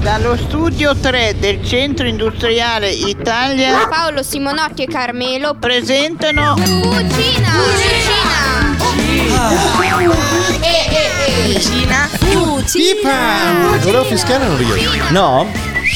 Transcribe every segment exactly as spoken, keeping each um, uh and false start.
Dallo studio tre del Centro Industriale Italia, Paolo Simonotti e Carmelo presentano Cucina! Cucina! Cucina! Volevo fischiare, non riesco. No?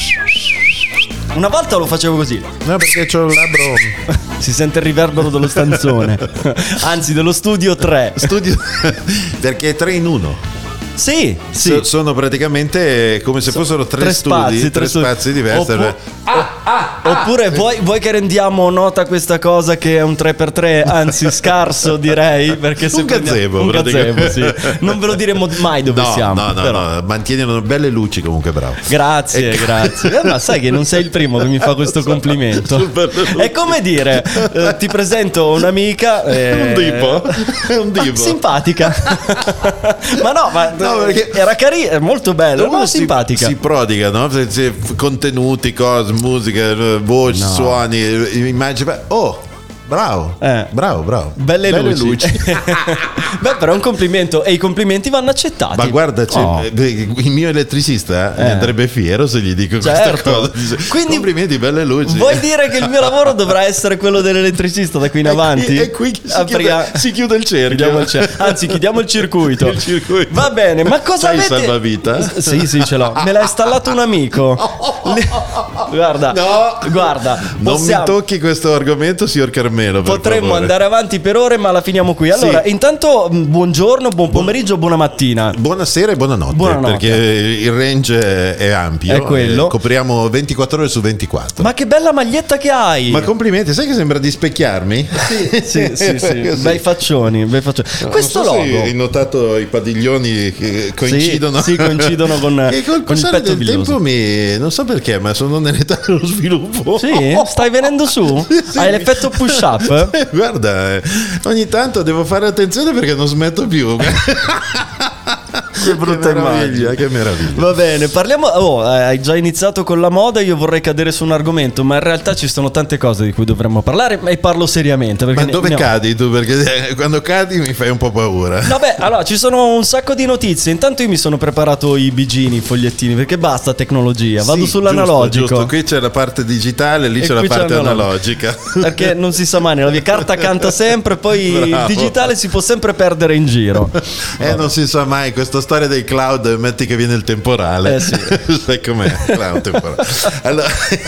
Una volta lo facevo così. No, perché c'ho il labbro. Si sente il riverbero dello stanzone. Anzi, dello studio tre. Studio. Perché è tre in uno. Sì, sì. So- sono praticamente come se fossero tre, tre studi, spazi, tre, tre studi. spazi diversi. Oppu- ah, ah, Oppure ah. Vuoi, vuoi che rendiamo nota questa cosa che è un tre per tre, anzi scarso direi, perché se un gazebo, un gazebo, sì. Non ve lo diremo mai dove no, siamo. No, no, però. no, mantienano belle luci comunque, bravo. Grazie, Ecco. grazie. Eh, ma sai che non sei il primo che mi fa questo complimento. È come dire, eh, ti presento un'amica. Eh, un tipo, un tipo. Simpatica. Ma no, ma no, perché era carina, è molto bella, uno ma si, simpatica. Si prodiga, no? Se- se- Contenuti, cose, musica, voci, No. suoni, immagini. Oh, bravo, Eh. bravo, bravo. Belle, luci. Beh, però è un complimento e i complimenti vanno accettati. Ma guarda, cioè, Oh. eh, il mio elettricista eh. Eh. ne andrebbe fiero se gli dico Certo. questa cosa. Dice, Quindi complimenti, belle luci. Vuoi dire che il mio lavoro dovrà essere quello dell'elettricista da qui in avanti? E qui si, Apriamo- chiude, si chiude il cerchio. Chiudiamo il cer- Anzi, chiudiamo il circuito. Il circuito. Va bene, ma cosa C'hai il avete? salvavita? S- Sì, sì, ce l'ho. Me l'ha installato un amico. Le- Guarda, No. guarda. Non possiamo- mi tocchi questo argomento, signor Carmelo. Per Potremmo favore. andare avanti per ore, ma la finiamo qui. Allora, Sì. intanto, mh, buongiorno, buon pomeriggio, buona mattina. Buonasera e buonanotte, Buonanotte. perché il range è ampio. È quello. Eh, copriamo ventiquattro ore su ventiquattro. Ma che bella maglietta che hai! Ma complimenti, sai che sembra di specchiarmi? Sì, sì, sì, sì. Così. Bei faccioni, bei faccioni. Questo non so logo. se hai notato i padiglioni che coincidono. Sì, sì, coincidono con, e col con il passare petto del villoso. tempo mi, non so perché, ma sono nell'età dello sviluppo. Sì? Stai venendo su? Sì. Hai l'effetto push up? Eh, Guarda, eh, ogni tanto devo fare attenzione perché non smetto più. Che brutta che meraviglia, immagine. che meraviglia. Va bene, parliamo. Oh, hai già iniziato con la moda. Io vorrei cadere su un argomento, ma in realtà ci sono tante cose di cui dovremmo parlare. E parlo seriamente. Perché Ma ne- dove ne ho- cadi tu? Perché eh, quando cadi mi fai un po' paura. Vabbè, allora ci sono un sacco di notizie. Intanto io mi sono preparato i bigini, i fogliettini, perché basta tecnologia. Vado Sì, sull'analogico. giusto, giusto. Qui c'è la parte digitale, lì E c'è la qui c'è parte l'analogico. analogica. Perché non si sa mai, la mia carta canta sempre, poi il Bravo. digitale si può sempre perdere in giro. Eh, non si sa mai, questa storia dei cloud, metti che viene il temporale. Eh sì. Sai com'è? Cloud temporale. Allora,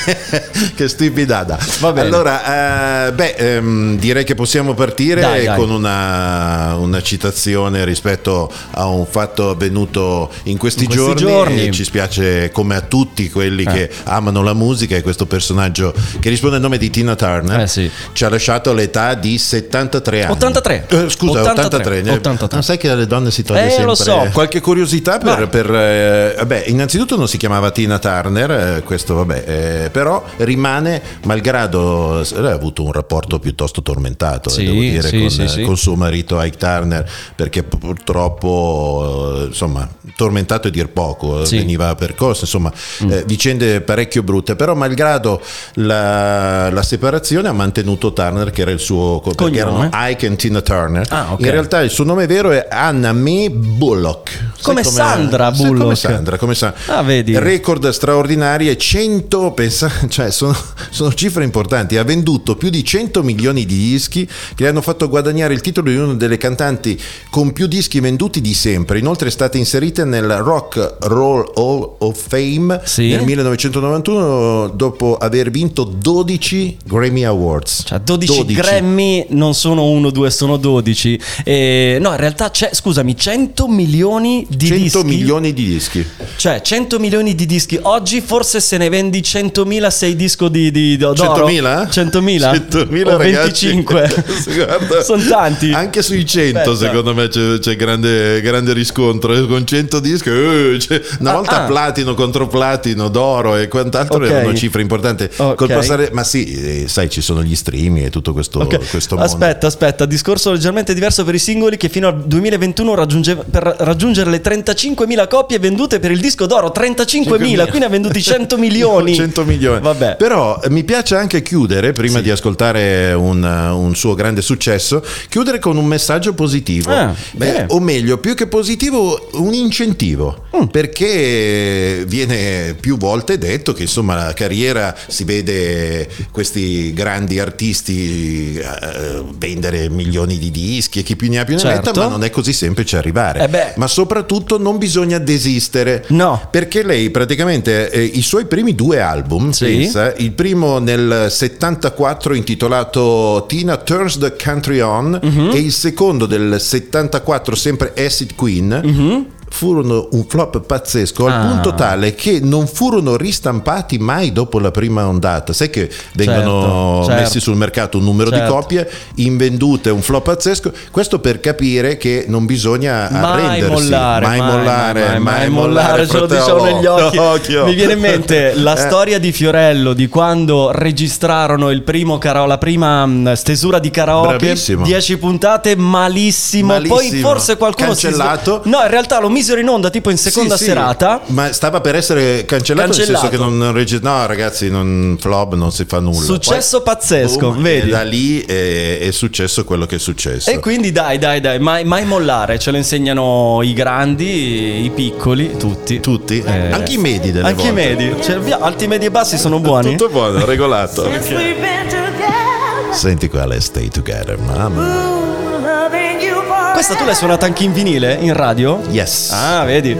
che stupidata. Va bene. Allora, eh, beh, ehm, direi che possiamo partire Dai, dai. con una, una citazione rispetto a un fatto avvenuto in questi, In questi giorni. giorni. E ci spiace come a tutti quelli Eh. che amano la musica, e questo personaggio che risponde al nome di Tina Turner Eh sì. ci ha lasciato all'età di settantatré anni. ottantatré. Eh, scusa, ottantatré. ottantatré. ottantatré. Non sai che alle donne si toglie Eh, sempre lo so. qualche curiosità per, Vai. per eh, vabbè, innanzitutto non si chiamava Tina Turner, eh, questo vabbè, eh, però rimane, malgrado lei ha avuto un rapporto piuttosto tormentato, Sì, eh, devo dire, sì, con, sì, eh, sì. con suo marito Ike Turner, perché purtroppo eh, insomma tormentato è dir poco, eh, Sì. veniva percorso, insomma eh, vicende parecchio brutte, però malgrado la, la separazione ha mantenuto Turner, che era il suo, perché Cognome? erano Ike e Tina Turner. Ah, ok. In realtà il suo nome vero è Anna Mae Bullock. Sai Come com'è? Sandra Sai come Bullock. Sandra, come Sandra. Ah, vedi. Record straordinarie, cento, pensa, cioè sono, sono cifre importanti. Ha venduto più di cento milioni di dischi che le hanno fatto guadagnare il titolo di una delle cantanti con più dischi venduti di sempre. Inoltre è stata inserita nel Rock Roll Hall of Fame Sì. nel millenovecentonovantuno dopo aver vinto dodici Grammy Awards. Cioè dodici Grammy non sono uno, due, sono dodici. Eh, no, in realtà c'è, scusami, cento milioni di cento dischi. milioni di dischi. Cioè cento milioni di dischi. Oggi forse se ne vendi centomila sei disco di, di, di d'oro. centomila? centomila? centomila O ragazzi. venticinque. Guarda, Sono tanti. Anche sui cento Aspetta. secondo me c'è, c'è grande, grande riscontro. Con cento dischi eh, c'è una Ah, volta ah. platino contro platino, d'oro e quant'altro, Ok. erano cifre importanti. Ok. Col passare, ma sì, eh, sai, ci sono gli streaming e tutto questo, Ok. questo mondo. Aspetta, aspetta, discorso leggermente diverso per i singoli che fino al duemilaventuno raggiungeva, per raggiungere le trentacinquemila copie vendute per il disco d'oro. trentacinquemila, quindi ha venduti cento milioni. cento milioni. Vabbè. Però eh, mi piace anche chiudere, prima sì. di ascoltare un, un suo grande successo, chiudere con un messaggio positivo. Ah, eh, o meglio, più che positivo, un incentivo. Mm. Perché viene più volte detto che insomma la carriera si vede questi grandi artisti eh, vendere milioni di dischi e chi più ne ha più ne certo. metta, ma non è così semplice arrivare. Eh beh. Ma soprattutto non bisogna desistere. No. Perché lei praticamente eh, i suoi primi due album, sì. pensa, il primo nel settantaquattro intitolato Tina Turns the Country On mm-hmm. e il secondo del settantaquattro sempre Acid Queen, mm-hmm. furono un flop pazzesco al ah. punto tale che non furono ristampati mai dopo la prima ondata. Sai che vengono certo, messi certo. sul mercato un numero certo. di copie invendute, un flop pazzesco. Questo per capire che non bisogna mai arrendersi, mollare, mai, mai mollare, mai, mai, mai, mai mollare, mollare, ce lo diciamo negli occhi. Occhio. Mi viene in mente la Eh. storia di Fiorello di quando registrarono il primo karaoke, la prima mh, stesura di karaoke, Bravissimo. dieci puntate, malissimo. Malissimo. Poi forse qualcuno Cancellato. si sve- no, in realtà lo misero in onda tipo in seconda Sì, sì, serata. ma stava per essere cancellato, Cancellato. nel senso che non regi- no ragazzi, non flop, non si fa nulla. Successo Poi, pazzesco, boom, vedi? e da lì è, è successo quello che è successo. E quindi dai, dai, dai, mai, mai mollare, ce lo insegnano i grandi, i piccoli, tutti. Tutti, Eh, anche i medi delle Anche volte. i medi, cioè, via, alti, medi e bassi sono buoni. Tutto buono, regolato. Senti quale Stay Together, mamma. Questa tu l'hai suonata anche in vinile, in radio? Yes. Ah, vedi.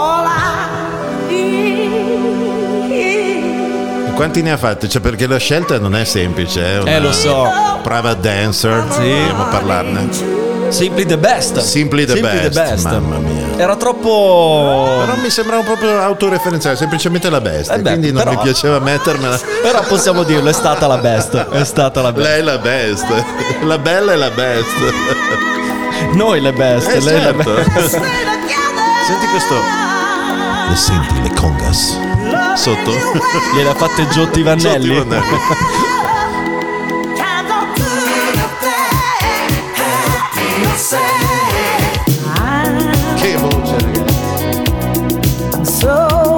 Quanti ne ha fatti? Cioè, perché la scelta non è semplice, è una Eh, lo so. private dancer, Sì. dobbiamo parlarne. Simply the best. Simply the best, mamma mia. Era troppo. Però mi sembrava proprio autoreferenziale, semplicemente la best, Eh beh, quindi non però- mi piaceva mettermela. Però possiamo dirlo, è stata la best. È stata la best. Lei è la best, la bella è la best. Noi le best. Eh, lei certo. le best. Senti questo. Le senti le congas sotto? Gliele ha fatte Giotti Vannelli. Giotti Vannelli. Che voce, ragazzi.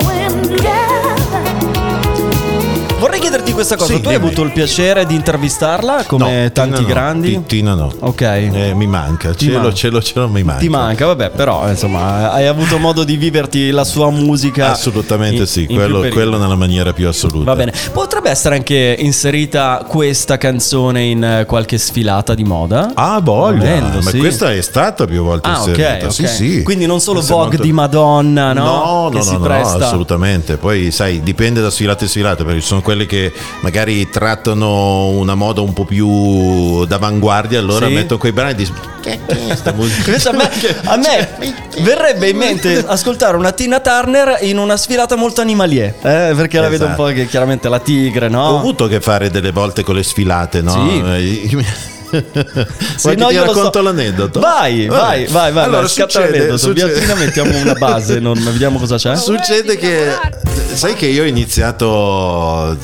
Vorrei chiederti questa cosa. Sì, tu hai dimmi. avuto il piacere di intervistarla come No, tanti Tina no. grandi? Ti- Tina no. Ok. Eh, mi manca, ce manca. lo, ce lo, ce lo, mi manca. Ti manca, vabbè, però insomma hai avuto modo di viverti la sua musica. Assolutamente in- sì, in più quello, periodi. quello nella maniera più assoluta. Va bene, potrebbe essere anche inserita questa canzone in eh, qualche sfilata di moda? Ah, voglia, Volendo, ma sì. questa è stata più volte Ah, ok, inserita. ok. Sì, sì. Quindi non solo Questa è Vogue molto- di Madonna, no? No, Che no, si no, no, presta. assolutamente. Poi sai, dipende da sfilate e sfilate, perché ci sono quelle che magari trattano una moda un po' più d'avanguardia, allora Sì. mettono quei brani e dicono che che è sta musica? Invece a me, a me verrebbe in mente ascoltare una Tina Turner in una sfilata molto animalier, eh, perché la vedo un Esatto. po' che chiaramente la tigre, no? Ho avuto a che fare delle volte con le sfilate, no? Sì. Eh, Sì, Vuoi no, che ti io lo so. racconto l'aneddoto? Vai, Vabbè. vai, vai, vai, Allora, vai, scatta succede, l'aneddoto. succede- Bianchina, mettiamo una base, non, vediamo cosa c'è. Succede che sai che io ho iniziato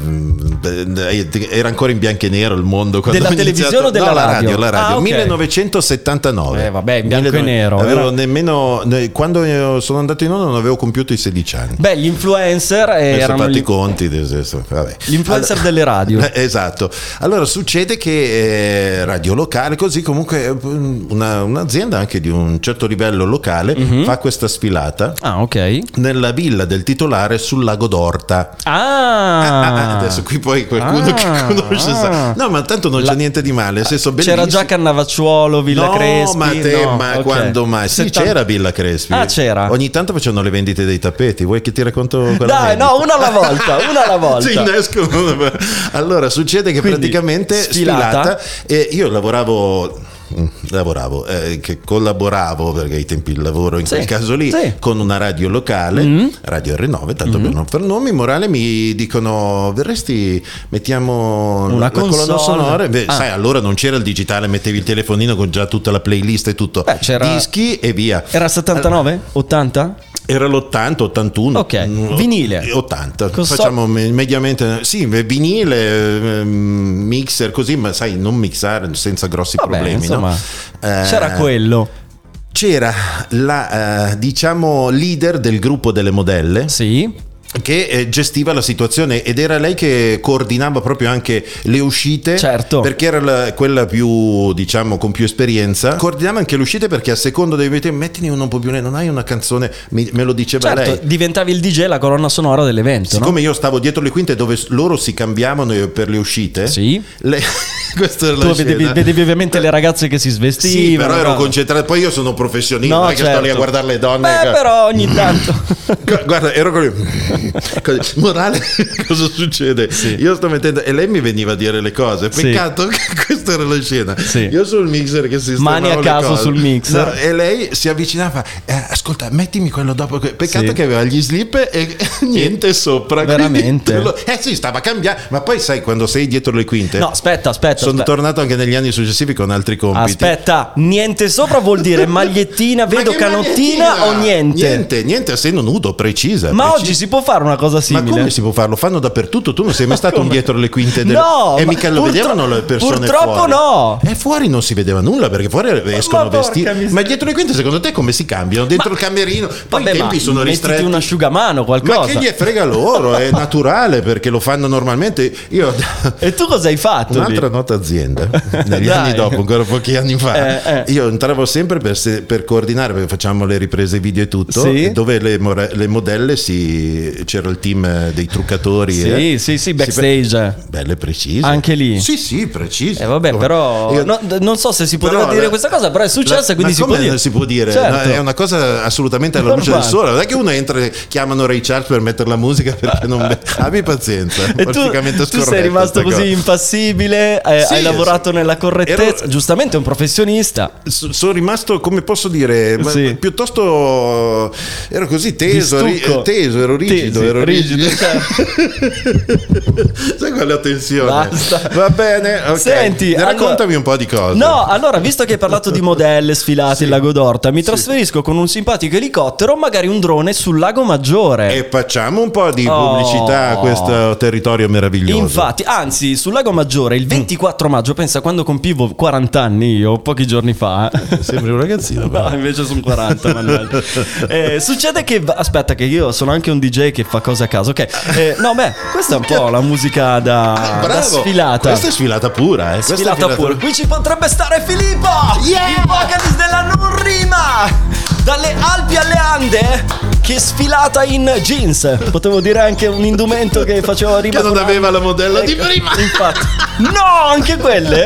era ancora in bianco e nero il mondo quando Della ho iniziato- televisione o della no, la radio? radio, la radio. Ah, ok. millenovecentosettantanove. Eh, vabbè, in bianco e nero, Avevo era- nemmeno quando io sono andato in onda non avevo compiuto i sedici anni. Beh, gli influencer eh, Adesso erano fatti gli, i conti, adesso, vabbè. gli influencer Allora- delle radio. Eh, Esatto. Allora succede che eh, radio locale, così comunque eh, una- un'azienda anche di un certo livello locale Mhm. fa questa sfilata Ah, ok. nella villa del titolare sul lago d'Orta. Ah, Ah, ah, adesso qui poi qualcuno Ah, che conosce sa. ah. No, ma tanto non La- c'è niente di male, nel senso c'era bellissimo. già Cannavacciuolo, Villa No, Crespi. ma te, no, ma ok. quando mai? Sì, Settanta- c'era Villa Crespi. Ah, c'era. Ogni tanto facevano le vendite dei tappeti. Vuoi che ti racconto quella Dai, vendita? no, una alla volta, una alla volta. Si innescono. Allora succede che Quindi, praticamente sfilata. sfilata e io lavoravo mm, lavoravo eh, che collaboravo perché ai tempi il lavoro in Sì, quel caso lì sì. con una radio locale, Mm. Radio R nove, tanto per non far nomi. Morale, mi dicono verresti mettiamo Una la colonna console. sonora. Beh, Ah. sai, allora non c'era il digitale, mettevi il telefonino con già tutta la playlist e tutto. Beh, c'era- dischi e via. Era settantanove? ottanta? Era l'ottanta, ottantuno. Ok, Mm, vinile. ottanta. Con so- Facciamo me- mediamente, sì, vinile, ehm, mixer così, ma sai, non mixare senza grossi Vabbè, problemi, insomma, no? Eh, c'era quello. c'era la eh, diciamo leader del gruppo delle modelle. Sì. Che eh, gestiva la situazione ed era lei che coordinava proprio anche le uscite, certo, perché era la, quella più, diciamo, con più esperienza. Coordinava anche le uscite perché a secondo dei tempi mettini un po' più lei, non hai una canzone, mi, me lo diceva certo, lei. Diventavi il D J, la colonna sonora dell'evento. Siccome no? io stavo dietro le quinte dove loro si cambiavano per le uscite, sì. le, questa era la tu scena. vedevi, vedevi ovviamente le ragazze che si svestivano. Sì, però ero no? concentrato. Poi io sono professionista, no, non è che certo. sto lì a guardare le donne. Beh, che... però ogni tanto. Guarda, ero così. Morale, cosa succede? Sì. Io sto mettendo e lei mi veniva a dire le cose. Peccato sì. che questa era la scena. Sì. Io sul mixer che si mani a caso sul mixer. No, e lei si avvicinava. Eh, ascolta, mettimi quello dopo. Peccato sì. che aveva gli slip e niente sopra. Veramente? Lo, eh sì, stava cambiando. Ma poi sai, quando sei dietro le quinte. No, aspetta, aspetta. Sono aspetta. tornato anche negli anni successivi con altri compiti. Aspetta, niente sopra vuol dire magliettina, vedo canottina o niente? Niente, niente a seno nudo, precisa. Ma precisa. oggi si può fare una cosa simile? Ma come si può farlo? Fanno dappertutto. Tu non sei mai stato un dietro le quinte del... No, e mica lo purtro- vedevano le persone purtroppo fuori. no. E fuori non si vedeva nulla perché fuori escono Ma porca vestiti. miseria. Ma dietro le quinte secondo te come si cambiano? Dentro Ma- il camerino. Poi Vabbè, i tempi ma sono mettiti ristretti. un asciugamano, qualcosa. Ma che gli frega loro? È naturale perché lo fanno normalmente. Io E tu cosa hai fatto? un'altra lì? nota azienda negli Dai. anni dopo, ancora pochi anni fa, Eh, eh. io entravo sempre per, se- per coordinare perché facciamo le riprese video e tutto, Sì. dove le, more- le modelle si, c'era il team dei truccatori. Sì, eh. sì, sì, Si backstage. pre- belle precise. Anche lì? Sì, sì, precise. Eh vabbè, però Io- no, d- non so se si poteva Però, dire la- questa cosa, però è successa, la- quindi ma si può come dire. si può dire? Certo. No, è una cosa assolutamente alla luce Normale. del sole. Non è che uno entra e chiamano Ray Charles per mettere la musica perché non abbi pazienza. E tu, Praticamente tu sei scorretta rimasto sta così cosa. impassibile, eh, Sì, hai lavorato sì. nella correttezza, Ero- giustamente un professionista. S- sono rimasto, come posso dire, ma- Sì. piuttosto ero così teso, Di ri- stucco. teso, ero rigido, Tesi, ero rigido. rigido, certo. Sai quella tensione? Basta. Va bene, ok. Senti, Ne raccontami allora- un po' di cose. No, allora, visto che hai parlato di modelle sfilate Sì. in Lago d'Orta, mi trasferisco con un simpatico elicottero, magari un drone sul Lago Maggiore. E facciamo un po' di Oh. pubblicità a questo territorio meraviglioso. Infatti, anzi, sul Lago Maggiore il ventiquattro maggio, pensa quando compivo quaranta anni io, pochi giorni fa. Sembri un ragazzino. No, invece sono quaranta, mannaggia. Eh, succede che aspetta, che io sono anche un D J che fa cose a caso. Ok, eh, no, beh, questa è un po' la musica da, Ah, da bravo. sfilata. Questa è sfilata pura, eh. Questa è Sfilata pure. Qui ci potrebbe stare Filippo! Yeah! Il vocalist della Non Rima! Dalle Alpi alle Ande, che sfilata in jeans. Potevo dire anche un indumento che faceva rima Che non con- aveva la modella di Ecco, prima. Infatti. No, anche quelle?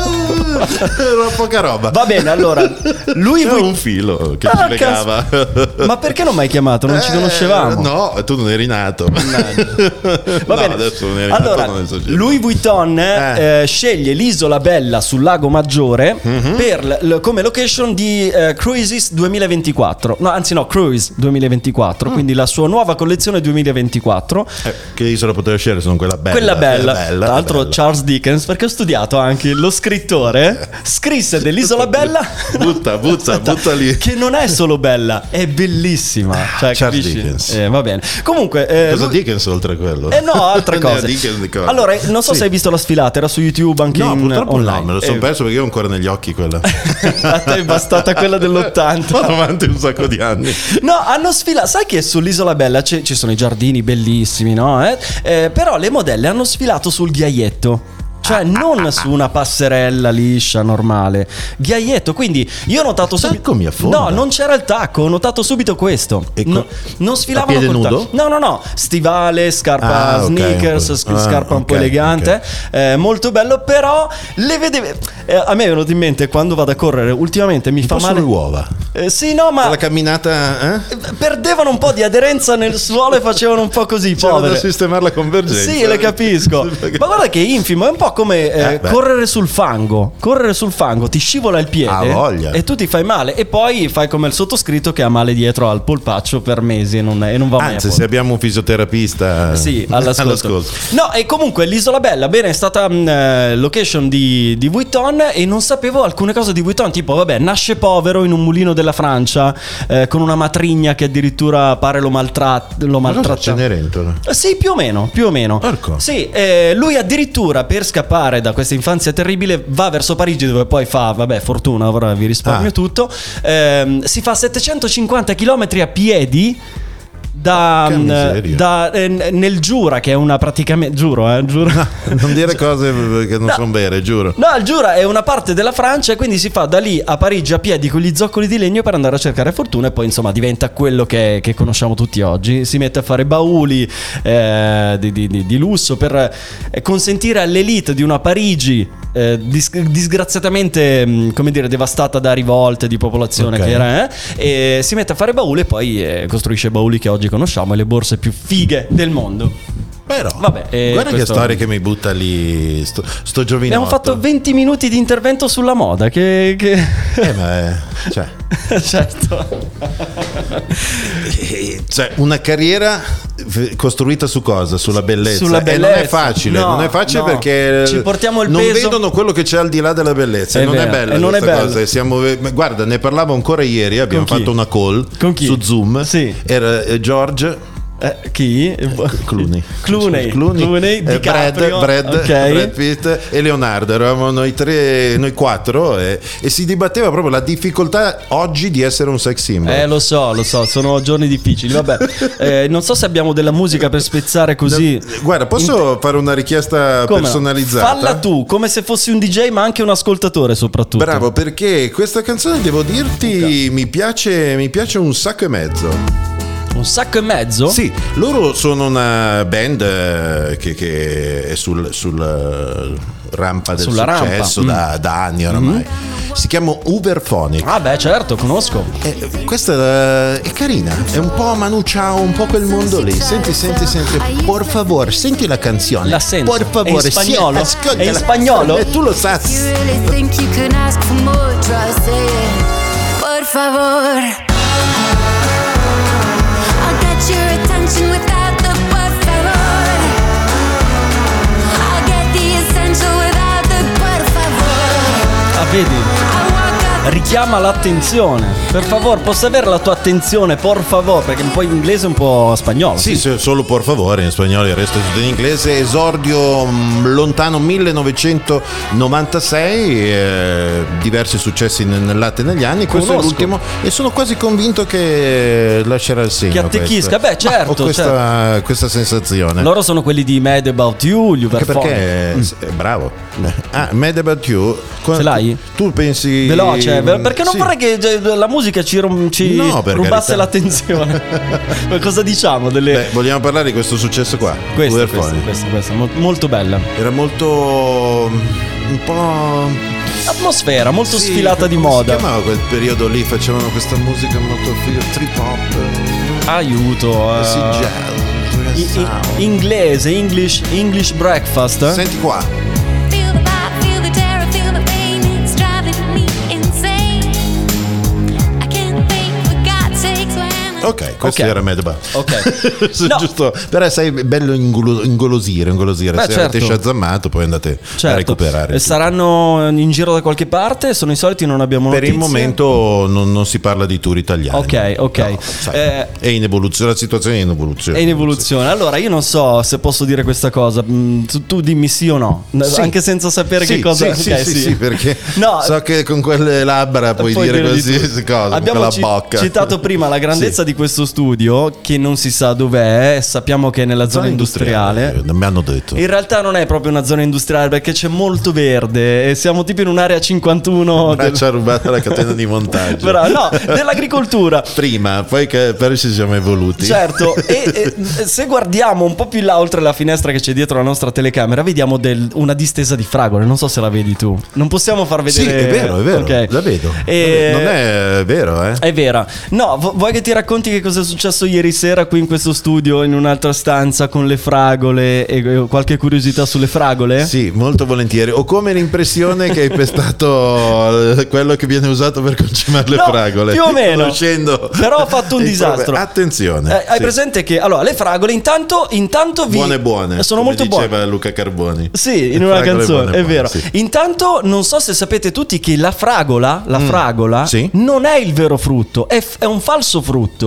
Era poca roba. Va bene, allora. Lui C'era vuoi- un filo che Ah, ci legava. Ma perché non mi hai chiamato? Non ci Eh, conoscevamo. No, tu non eri nato. Va No, bene. adesso non eri nato, Allora, non esagero. Louis Vuitton Eh. eh, sceglie l'isola bella sul Lago Maggiore Mhm. per l- l- come location di eh, Cruises duemilaventiquattro. No, anzi no, Cruise duemilaventiquattro, Mm. quindi la sua nuova collezione duemilaventiquattro. Eh, che isola poteva scegliere? Sono quella bella. Quella bella, quella bella, tra l'altro bella. Charles Dickens, perché ho studiato anche lo scrittore, scrisse dell'isola bella. Butta, butta, Aspetta, butta lì. che non è solo bella, è bellissima. Cioè, Charles capisci? Dickens. Eh, va bene. Comunque, eh, Cosa lui- Dickens oltre a quello? Eh no, altre Ne ha cose. Dickens di cose. Allora, non so Sì. se hai visto la sfilata, era su YouTube anche No, in purtroppo online. no, me lo sono Eh, perso perché io ho ancora negli occhi quella. A te è bastata quella dell'ottanta. Vado avanti un sacco di anni. No, hanno sfilato. Sai che sull'isola bella ci, ci sono i giardini bellissimi, no? Eh? Eh, però le modelle hanno sfilato sul ghiaietto. Cioè non su una passerella liscia normale, ghiaietto. Quindi io ho notato subito. tacco mi affonda. No, non c'era il tacco. Ho notato subito questo. E co- No, non sfilavano a piede col nudo? tacco. No, no, no. Stivale, scarpa Ah, ok, sneakers, un po'. sc- scarpa Ah, un po' ok, elegante. Eh, molto bello. Però le vedevi. eh, a me è venuto in mente quando vado a correre. Ultimamente mi fa Possono male. le uova. Eh, sì, no, ma La camminata, eh? perdevano un po' di aderenza nel suolo e facevano un po' così, C'era da povere. sistemare la convergenza. Sì, le capisco. Ma guarda che è infimo, è un po' come eh, Eh, beh. correre sul fango. Correre sul fango, ti scivola il piede Ha voglia. e tu ti fai male. E poi fai come il sottoscritto che ha male dietro al polpaccio per mesi e non, e non va mai a Anzi, posto. se abbiamo un fisioterapista Sì, all'ascolto. all'ascolto. No, e comunque l'isola bella, bene, è stata mh, eh, location di, di Vuitton e non sapevo alcune cose di Vuitton, tipo, vabbè, nasce povero in un mulino della Francia eh, con una matrigna che addirittura pare lo, maltrat- lo Ma cosa, maltratta. Cenerentola? Eh, Sì, più o meno, più o meno. Porco. Sì, eh, lui addirittura per scappare scappare da questa infanzia terribile va verso Parigi, dove poi fa, vabbè, fortuna, ora vi risparmio Ah. tutto. Ehm, si fa settecentocinquanta chilometri a piedi da, Che miseria. da eh, nel Giura, che è una praticamente giuro, eh, giuro. Non dire cose che non No. sono vere, giuro. No, il Giura è una parte della Francia e quindi si fa da lì a Parigi a piedi con gli zoccoli di legno per andare a cercare fortuna e poi insomma diventa quello che, che conosciamo tutti oggi. Si mette a fare bauli eh, di, di- di- di lusso per eh, consentire all'elite di una Parigi eh, dis- disgraziatamente mh, come dire devastata da rivolte di popolazione Ok. che era eh, e si mette a fare bauli e poi eh, costruisce bauli che oggi conosciamo e le borse più fighe del mondo. Però, Vabbè, eh, guarda questo- che storia che mi butta lì sto, sto giovinotto. Abbiamo fatto venti minuti di intervento sulla moda che... che... Eh, ma è- cioè, certo. eh, cioè, una carriera f- costruita su cosa? Sulla bellezza. Sulla E non è bellezza. facile, No, non è facile no. perché Ci portiamo il non peso. vedono quello che c'è al di là della bellezza. È E non vero, è bella e non è questa bello. cosa. E siamo, guarda, ne parlavo ancora ieri, abbiamo Con chi? fatto una call Con chi? su Zoom. Sì. Era eh, George Eh, chi? Clooney, Clooney, Clooney, Clooney, eh, Brad, DiCaprio, Brad, ok. Brad Pitt e Leonardo. Eravamo noi tre, noi quattro e, e si dibatteva proprio la difficoltà oggi di essere un sex symbol. Eh, lo so, lo so, sono giorni difficili. Vabbè, eh, non so se abbiamo della musica per spezzare così. Guarda, posso fare una richiesta Come no? personalizzata? Falla tu, come se fossi un D J, ma anche un ascoltatore soprattutto. Bravo, perché questa canzone, devo dirti, mi piace, mi piace un sacco e mezzo. Un sacco e mezzo? Sì, loro sono una band eh, che, che è sul, sul eh, rampa del Sulla rampa. successo Mm. da, da anni oramai. Si chiama Uberphonic. Ah beh, certo, conosco. Eh, questa eh, è carina, è un po' Manu Chao, un po' quel mondo lì. Senti, senti, senti. Por favor, senti la canzone. La sento. Por favor, È in spagnolo? sì, ascoltala. È in spagnolo? Eh, tu lo sai. You really think you can ask for more? Try saying, por favor. I'll get your attention without the por favor. I'll get the essential without the por favor. Ah, vedi? I walk up Richiama l'attenzione. Per favore, posso avere la tua attenzione, por favor? Perché un po' in inglese e un po' spagnolo. Sì, se- solo por favore, in spagnolo, il resto è tutto in inglese. Esordio mh, lontano millenovecentonovantasei, eh, diversi successi nel, nel latte negli anni. Questo Conosco. è l'ultimo e sono quasi convinto che lascerà il segno. Che attecchisca. questo. Beh, certo, Ma ho questa, questa sensazione. Loro sono quelli di Mad About You, gli Anche Uberphonic. perché è bravo. Ah, Mad About You. Qua- Ce l'hai? Tu pensi Veloce, ve- perché non Sì. vorrei che eh, la musica ci, rum- ci No, per rubasse carità. l'attenzione. Ma cosa diciamo? Delle... Beh, vogliamo parlare di questo successo qua. questa, questa, Uberphonic. questa, questa, mo- molto bella. Era molto un po' Atmosfera, molto Sì, sfilata di come moda. Si chiamava quel periodo lì, facevano questa musica molto figa, trip hop, Aiuto. eh. sì, jazz, I- i- sound. inglese, English, English breakfast. eh? Senti qua. feel the vibe, feel the terror, feel the pain. It's driving me insane. I can't think for God's sakes when I Ok, questo Ok. era Mad About. Ok. Sì, No. giusto. Però sai, bello ingolo- ingolosire, ingolosire. Beh, Se certo. avete shazammato, poi andate a Certo. recuperare. E saranno in giro da qualche parte? Sono i soliti, non abbiamo Per notizie? il momento non, non si parla di tour italiani. Ok, ok. No, sai, Eh, è in evoluzione, la situazione è in evoluzione. È in evoluzione. Allora, io non so se posso dire questa cosa. Mm, Tu, tu dimmi sì o no, Sì. anche senza sapere Sì, che cosa. sì, Ok, sì, sì, sì, perché No, so che con quelle labbra puoi, puoi dire dire di qualsiasi tutto. cosa, Abbiamo con quella ci- bocca. citato prima la grandezza di questo studio, che non si sa dov'è. Sappiamo che è nella zona industriale. Non mi hanno detto. In realtà non è proprio una zona industriale perché c'è molto verde e siamo tipo in un'area cinquantuno del... Ci ha rubato la catena di montaggio. Però, no, dell'agricoltura. Prima, poi che però ci siamo evoluti. Certo, e, e se guardiamo un po' più in là, oltre la finestra che c'è dietro la nostra telecamera, vediamo del- una distesa di fragole. Non so se la vedi tu. Non possiamo far Sì, vedere. è vero, è vero. Ok. La vedo. E- Non è vero, eh? È vera. No, vu- vuoi che ti racconti che cosa è successo ieri sera qui in questo studio, in un'altra stanza con le fragole e e qualche curiosità sulle fragole? Sì, molto volentieri. Ho come l'impressione che hai pestato eh, quello che viene usato per concimare le No, fragole. più o meno. Conoscendo Però ho fatto un il disastro. problema. Attenzione. Eh, hai sì. presente che allora le fragole intanto, intanto vi Buone buone. sono come molto buone. diceva Luca Carboni. Sì, in Le una fragole canzone, buone è buone, vero. sì. Intanto non so se sapete tutti che la fragola, la fragola Sì. non è il vero frutto, è, f- è un falso frutto.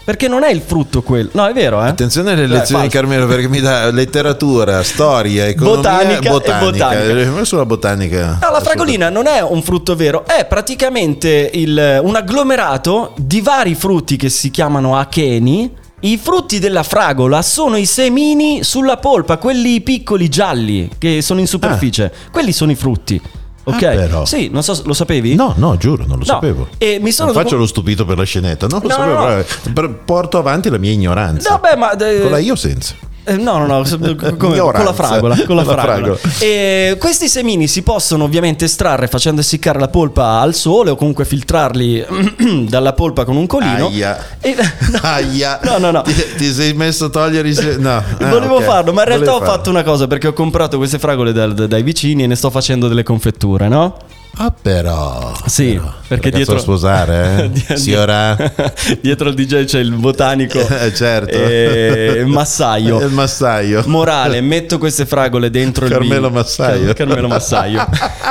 Perché non è il frutto quello. No, è vero, eh? Attenzione alle Dai, lezioni di falso. Carmelo, perché mi dà letteratura, storia, economia, Botanica e botanica. botanica. Ma sulla botanica. No, la fragolina non è un frutto vero, è praticamente il- un agglomerato di vari frutti che si chiamano acheni. I frutti della fragola sono i semini sulla polpa, quelli piccoli gialli che sono in superficie. Quelli sono i frutti. Ok? Ah, però. Sì, non so, lo sapevi? No, no, giuro, non lo No, sapevo. e mi sono non faccio docu- lo stupito per la scenetta, non lo No, sapevo. no, no. però Porto avanti la mia ignoranza. Vabbè, ma eh, Con la io senza. Eh, no, no, no, come- con Ignoranza. la fragola, con la Con la fragola. fragola. E questi semini si possono ovviamente estrarre facendo essiccare la polpa al sole o comunque filtrarli dalla polpa con un colino. Aia. E- no, Aia. no, no, no. Ti, ti sei messo a togliere i se- no. Ah, Volevo ok. farlo, ma in realtà Volevi ho farlo. fatto una cosa perché ho comprato queste fragole dal- dai vicini e ne sto facendo delle confetture, no? Ah, però. Sì, però. perché Ragazzo dietro da sposare, eh? Di- Signora. dietro al D J c'è il botanico Eh, certo. e il massaio. Il massaio. Morale, metto queste fragole dentro Carmelo il bimbi. Massaio. Car- Carmelo Massaio.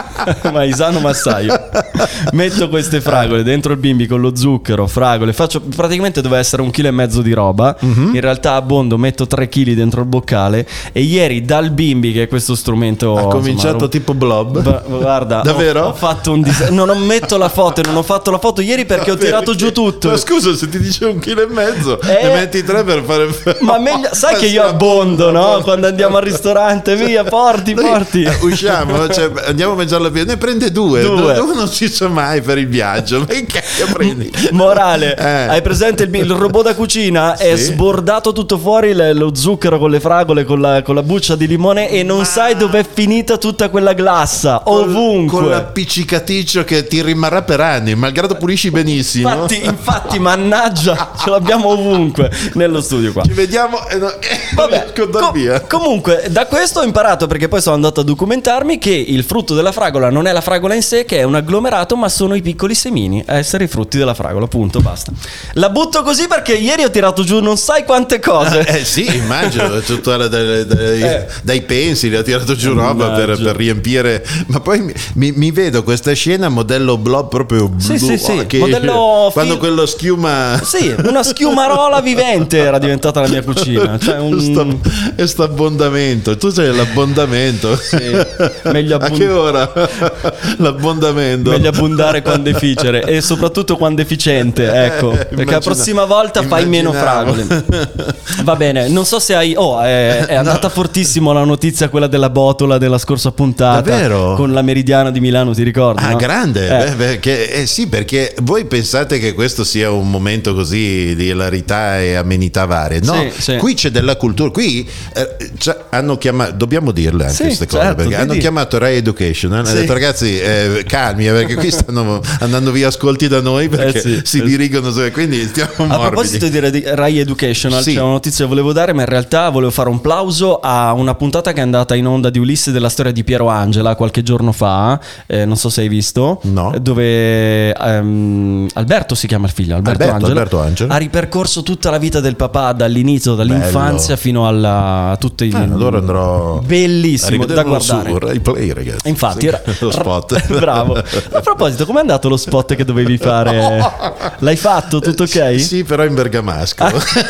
Maisano Massaio. Metto queste fragole dentro il bimbi con lo zucchero, fragole. Faccio praticamente doveva essere un chilo e mezzo di roba. Mhm. In realtà abbondo, metto tre chili dentro il boccale. E ieri dal bimbi, che è questo strumento. Ha insomma, cominciato rob- tipo blob. Ba- Guarda, Davvero? Ho, ho fatto un dis- non ho metto la foto, non ho fatto la foto ieri perché ho tirato giù tutto. Ma scusa, se ti dice un chilo e mezzo, Eh. ne metti tre per fare. Ma meglio, sai che io abbondo, no? Quando andiamo al ristorante, via, porti, Noi, porti. eh, usciamo, cioè, andiamo a mangiare la pizza, ne prende due. Due. Uno non si sa mai per il viaggio. Ma che cacchio prendi? Morale, Eh. hai presente il, il robot da cucina? È Sì. sbordato tutto fuori le- lo zucchero con le fragole, con la, con la buccia di limone e non sai dov'è finita tutta quella glassa. Ovunque. Con l'appiccicaticcio che ti rimarrà per anni, malgrado pulisci benissimo. Infatti, infatti, mannaggia, ce l'abbiamo ovunque nello studio qua. Ci vediamo e no, Vabbè, non com- via. comunque da questo ho imparato, perché poi sono andato a documentarmi, che il frutto della fragola non è la fragola in sé, che è un agglomerato, ma sono i piccoli semini a essere i frutti della fragola, punto, basta. La butto così perché ieri ho tirato giù non sai quante cose. Eh sì, immagino, tutta la- dai, dai- Eh. dai pensili ha tirato giù roba per, Mannaggia. per riempire. Ma poi mi, mi- mi vedo questa scena modello blob proprio blu. Sì, sì, sì, che- modello quando fil- quello schiuma. Sì, una schiumarola vivente era diventata la mia cucina. Cioè un... Sta- e sto abbondamento, tu c'hai l'abbondamento. meglio A abbon- che ora? L'abbondamento. Meglio abbondare quando deficere e soprattutto quando deficiente, ecco, perché la Immagina- prossima volta fai meno immaginavo. fragole. Va bene, non so se hai oh, è, è andata fortissimo la notizia, quella della botola della scorsa puntata. Davvero? Con la Meridiana di Milano, ti ricordi? Ah, no? grande, Eh. Beh, perché, eh sì, perché voi pensate che questo sia un momento così di ilarità e amenità varie. No, Sì, sì. qui c'è della cultura. Qui eh, cioè, hanno chiamato, dobbiamo dirle anche Sì, queste cose, certo, perché di hanno di. chiamato Rai Education. Hanno Sì. detto, ragazzi, eh, calmi, eh, perché qui stanno andando via ascolti da noi perché Eh sì, si eh. dirigono, su- quindi stiamo A morbidi. proposito di Rai- Rai Educational, Sì. c'è una notizia che volevo dare, ma in realtà volevo fare un plauso a una puntata che è andata in onda di Ulisse della storia di Piero Angela qualche giorno fa. Eh, non so se hai visto. No. Dove ehm, Alberto si chiama il figlio, Alberto, Alberto, Angela, Alberto Angela. ha ripercorso tutta la vita del papà dall'inizio, dall'infanzia Bello. fino alla a tutte Ah, allora andrò bellissimo a da rivederlo guardare. su Rai Play, ragazzi. Infatti, Sì, era lo spot. Bravo. A proposito, com'è andato lo spot che dovevi fare? L'hai fatto? Tutto ok? Sì, però in bergamasco.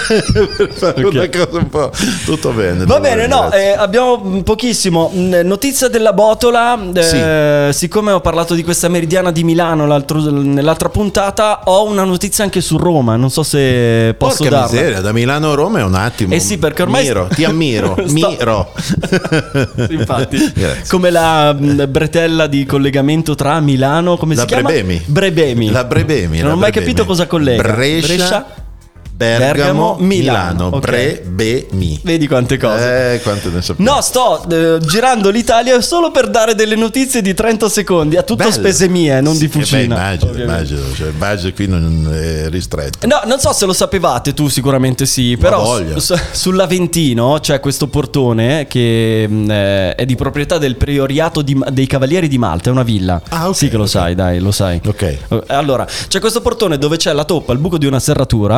Per fare Ok. una cosa un po'. Tutto bene. Va tutto bene, no, grazie. eh, abbiamo mm, pochissimo. Mm, Notizia della botola. eh, Siccome ho parlato di questa Meridiana di Milano l'altro- nell'altra puntata, ho una notizia anche su Roma. Non so se posso Porca darla. miseria, da Milano a Roma è un attimo. Eh sì, perché ormai Miro, ti ammiro, Sto- miro. Sì, infatti, Grazie. come la mm, bretella di collegamento tra Milano, come La si chiama? Brebemi. Brebemi. La Brebemi. Non la ho mai Brebemi. capito cosa collega. Brescia, Bergamo, Bergamo, Milano. Milano. Ok. Brebemi. Vedi quante cose. Eh, quante ne sappiamo. No, sto eh, girando l'Italia solo per dare delle notizie di trenta secondi, a tutto Bello. spese mie, non di Sì, fucina. beh, immagino, ovviamente. immagino. Cioè, il budget qui non è ristretto. No, non so se lo sapevate, tu sicuramente sì, però voglia. su- sull'Aventino c'è questo portone che mh, eh, è di proprietà del Prioriato di- dei Cavalieri di Malta, è una villa. Ah, ok, sì che lo ok. sai, dai, lo sai. Ok. Eh, Allora, c'è questo portone dove c'è la toppa, il buco di una serratura, Sì.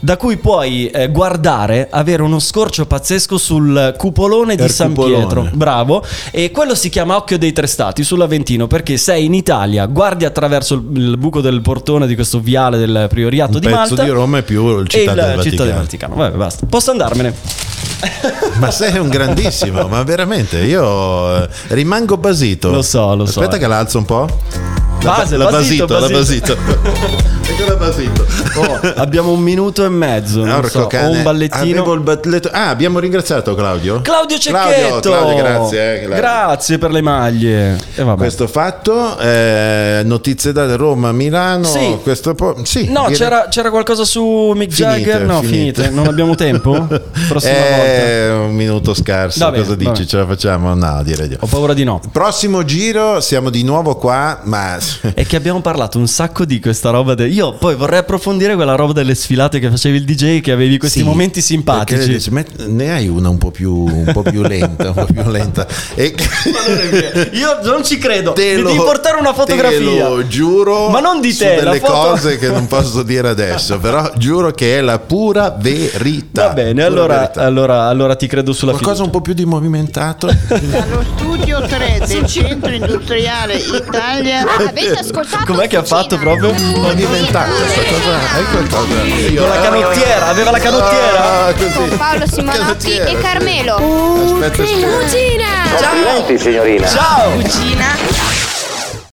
da cui puoi eh, guardare, avere uno scorcio pazzesco sul cupolone di Er San cupolone. Pietro. Bravo. E quello si chiama Occhio dei Tre Stati sull'Aventino, perché sei in Italia, guardi attraverso il, il buco del portone di questo viale del Prioriato Un di pezzo Malta di Roma e più il e città il del città del Vaticano. Vaticano. Vabbè, basta. Posso andarmene? Ma sei un grandissimo, ma veramente io eh, rimango basito. Lo so, lo so, Aspetta eh. che l'alzo un po'. Base, la basito, basito, la basito. basito. Ecco la basito. Oh, abbiamo un minuto e mezzo. Non Porco so, o cane. un ballettino. Avevo il balletto. Ah, abbiamo ringraziato Claudio. Claudio Claudio, Cecchetto. Claudio, grazie. eh, Claudio. Grazie per le maglie. E vabbè. Questo fatto, eh, notizie da Roma, Milano. Sì. Questo po- sì, No, direi- c'era, c'era qualcosa su Mick Finite, Jagger? No, finite. finite. Non abbiamo tempo? Prossima eh, volta. un minuto scarso. Va bene, Cosa va dici? bene. Ce la facciamo? No, direi di no. Ho paura di no. Prossimo giro, siamo di nuovo qua, ma È che abbiamo parlato un sacco di questa roba. de- Io poi vorrei approfondire quella roba delle sfilate che facevi il D J, che avevi questi Sì, momenti perché simpatici. dici, "Met- ne hai una un po' più, un po' più lenta, un po' più lenta. E Ma non è vero. Io non ci credo. Te Mi lo- devi portare una fotografia. Te lo giuro. Ma non di su te, la delle foto- cose che non posso dire adesso, però giuro che è la pura verità. Va bene, Pura allora, verità. allora, allora ti credo sulla Qualcosa fiducia. un po' più di movimentato. Dallo studio tre del Centro Industriale Italia. Avete ascoltato? Com'è che ha fatto Fucina? proprio? Movimentato, questa cosa è qualcosa. Io- Con la canottiera, aveva la canottiera? Ah, così. Con Paolo Simonotti Canottiera, e sì. Carmelo. Aspetta, aspetta. Cucina! Complimenti signorina. Ciao! Cucina.